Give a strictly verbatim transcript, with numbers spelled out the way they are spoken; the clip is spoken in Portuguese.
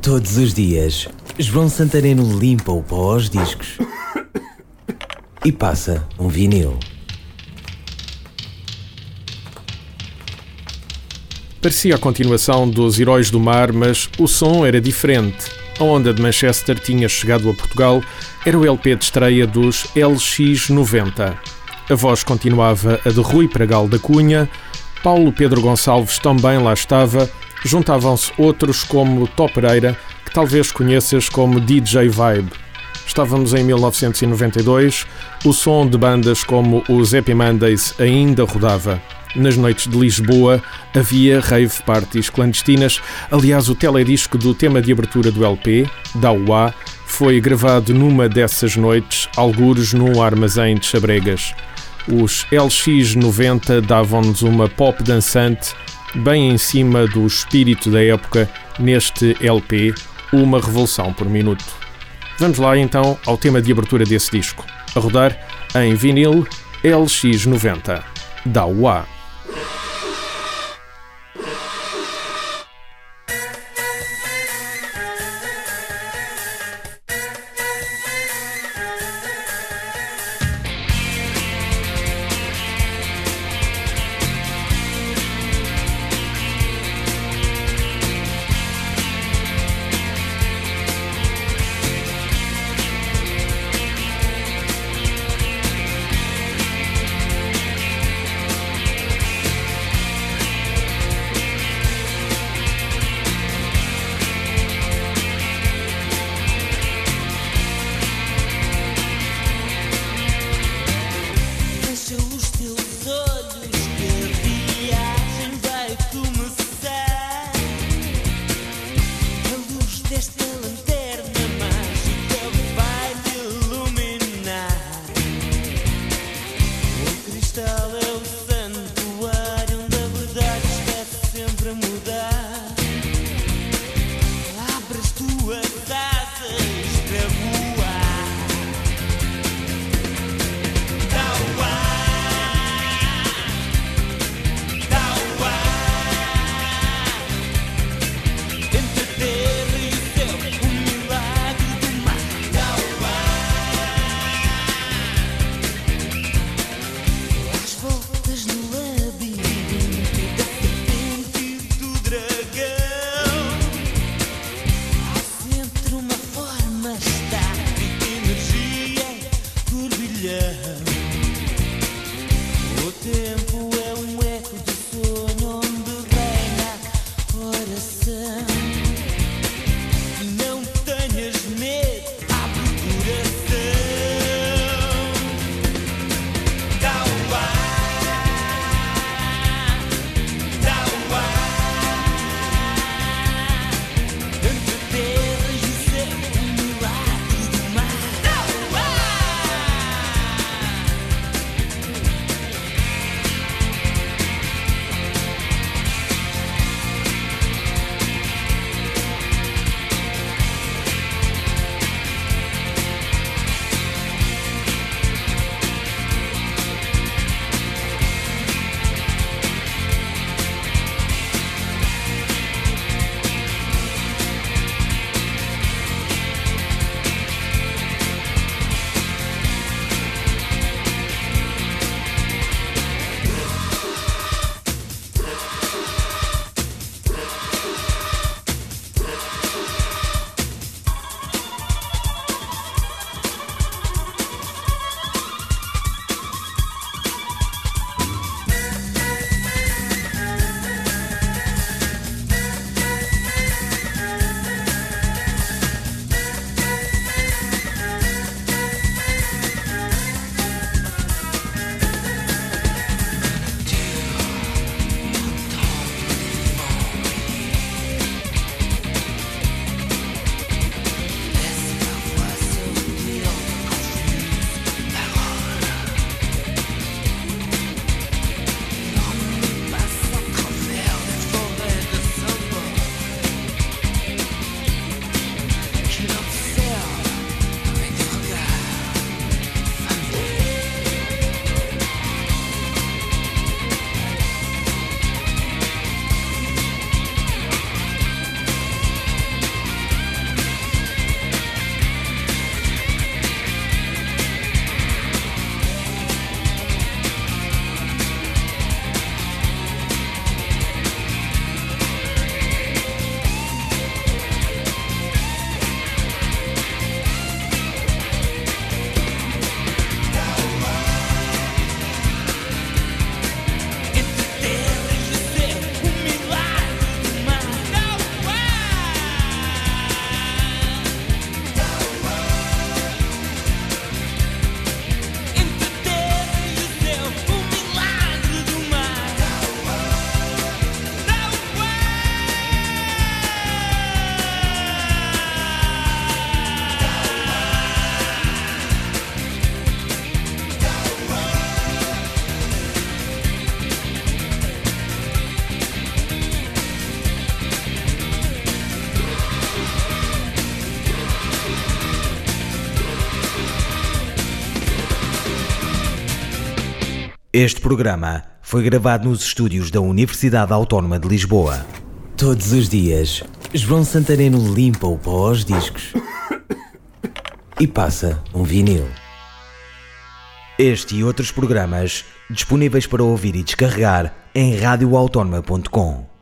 Todos os dias, João Santareno limpa o pó aos discos e passa um vinil. Parecia a continuação dos Heróis do Mar, mas o som era diferente. A onda de Manchester tinha chegado a Portugal, era o L P de estreia dos L X noventa. A voz continuava a de Rui Pragal da Cunha, Paulo Pedro Gonçalves também lá estava, juntavam-se outros como Tó Pereira, que talvez conheças como D J Vibe. Estávamos em mil novecentos e noventa e dois, o som de bandas como os Happy Mondays ainda rodava. Nas noites de Lisboa havia rave parties clandestinas. Aliás, o teledisco do tema de abertura do L P, da U A, foi gravado numa dessas noites, algures num armazém de Xabregas. Os L X noventa davam-nos uma pop dançante, bem em cima do espírito da época, neste L P, uma revolução por minuto. Vamos lá então ao tema de abertura desse disco, a rodar em vinil L X noventa, da U A. Entre a terra e o céu Este programa foi gravado nos estúdios da Universidade Autónoma de Lisboa. Todos os dias, João Santareno limpa o pó aos discos e passa um vinil. Este e outros programas disponíveis para ouvir e descarregar em radio autónoma ponto com.